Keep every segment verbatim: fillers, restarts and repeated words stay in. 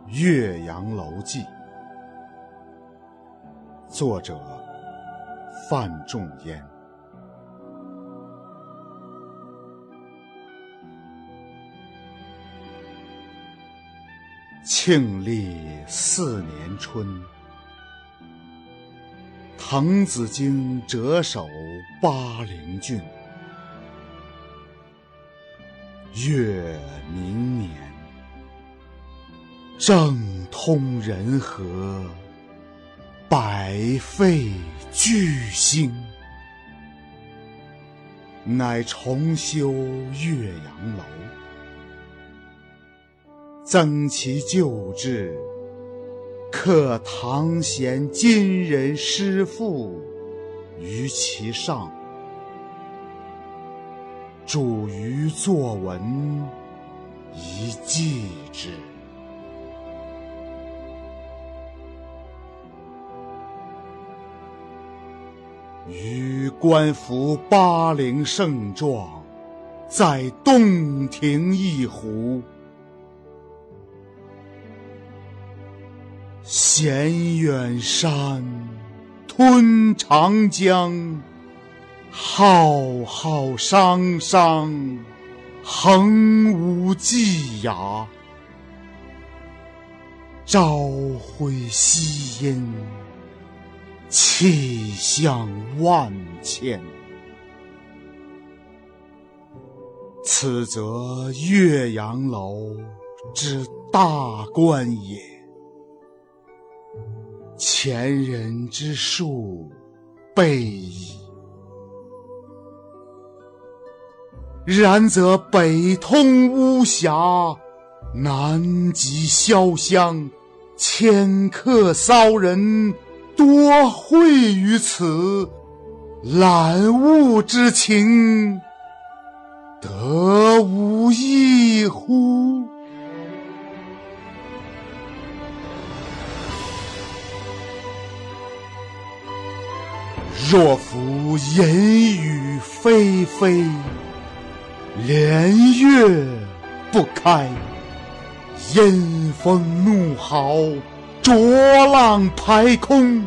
岳阳楼记》，作者范仲淹。庆历四年春，滕子京谪守巴陵郡。越明年，政通人和，百废具兴，乃重修岳阳楼，增其旧制，刻唐贤今人诗赋于其上，著于作文以记之。余观夫巴陵胜状，在洞庭一湖，衔远山，吞长江，浩浩汤汤，横无际涯。朝晖夕阴，气象万千。此则岳阳楼之大观也。前人之述备矣。然则北通巫峡，南极潇湘，迁客骚人多会于此，览物之情，得无异乎？若夫淫雨霏霏，连月不开，阴风怒号，浊浪排空，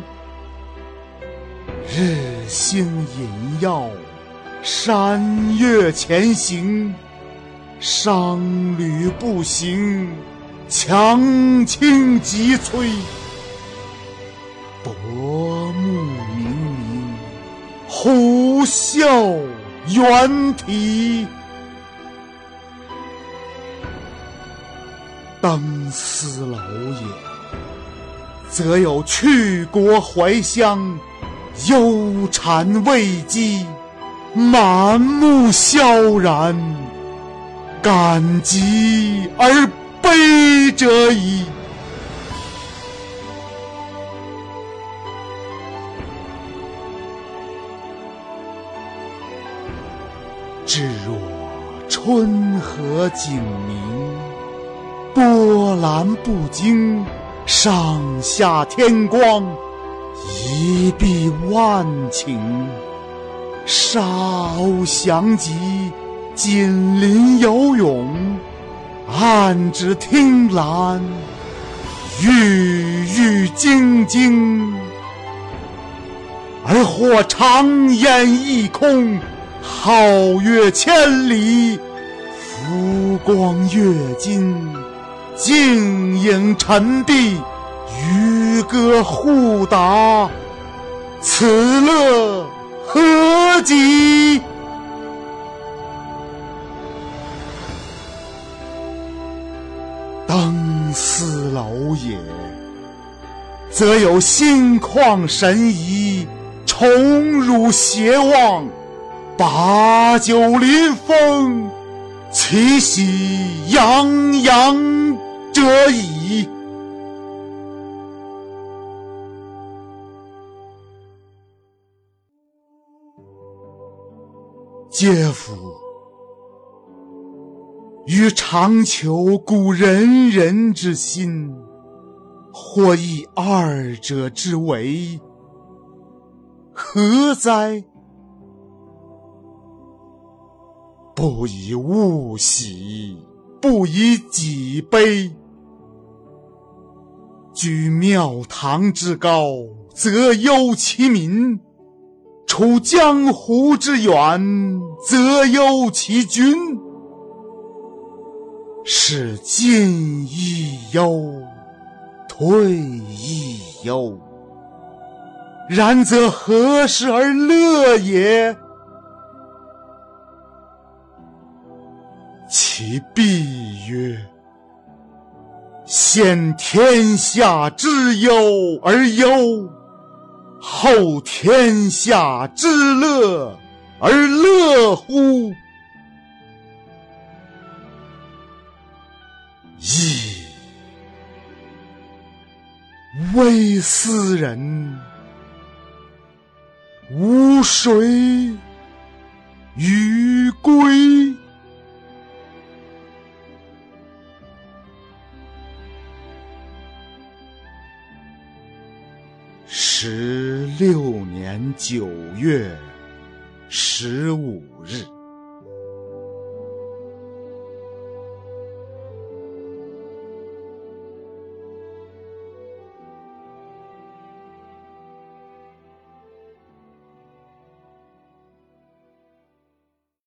日星隐曜，山岳前行，商旅不行，强倾急摧，薄暮冥冥，虎啸猿啼。当思老也，则有去国怀乡，忧谗畏讥，满目萧然，感极而悲者矣。至若春和景明，波澜不惊，上下天光，一碧万顷。沙鸥翔集，锦鳞游泳，岸芷汀兰，郁郁晶晶。而或长烟一空，皓月千里，浮光跃金，静影沉璧，渔歌互答，此乐何极？当思老也，则有心旷神怡，宠辱偕忘，把酒临风，其喜洋洋者矣。嗟夫！予尝求古仁人之心，或异二者之为，何哉？不以物喜，不以己悲。 居庙堂之高，则忧其民；处江湖之远，则忧其君。是进亦忧，退亦忧。然则何时而乐也？其必曰：先天下之忧而忧，后天下之乐而乐乎？噫！微斯人，吾谁与归？十六年九月十五日。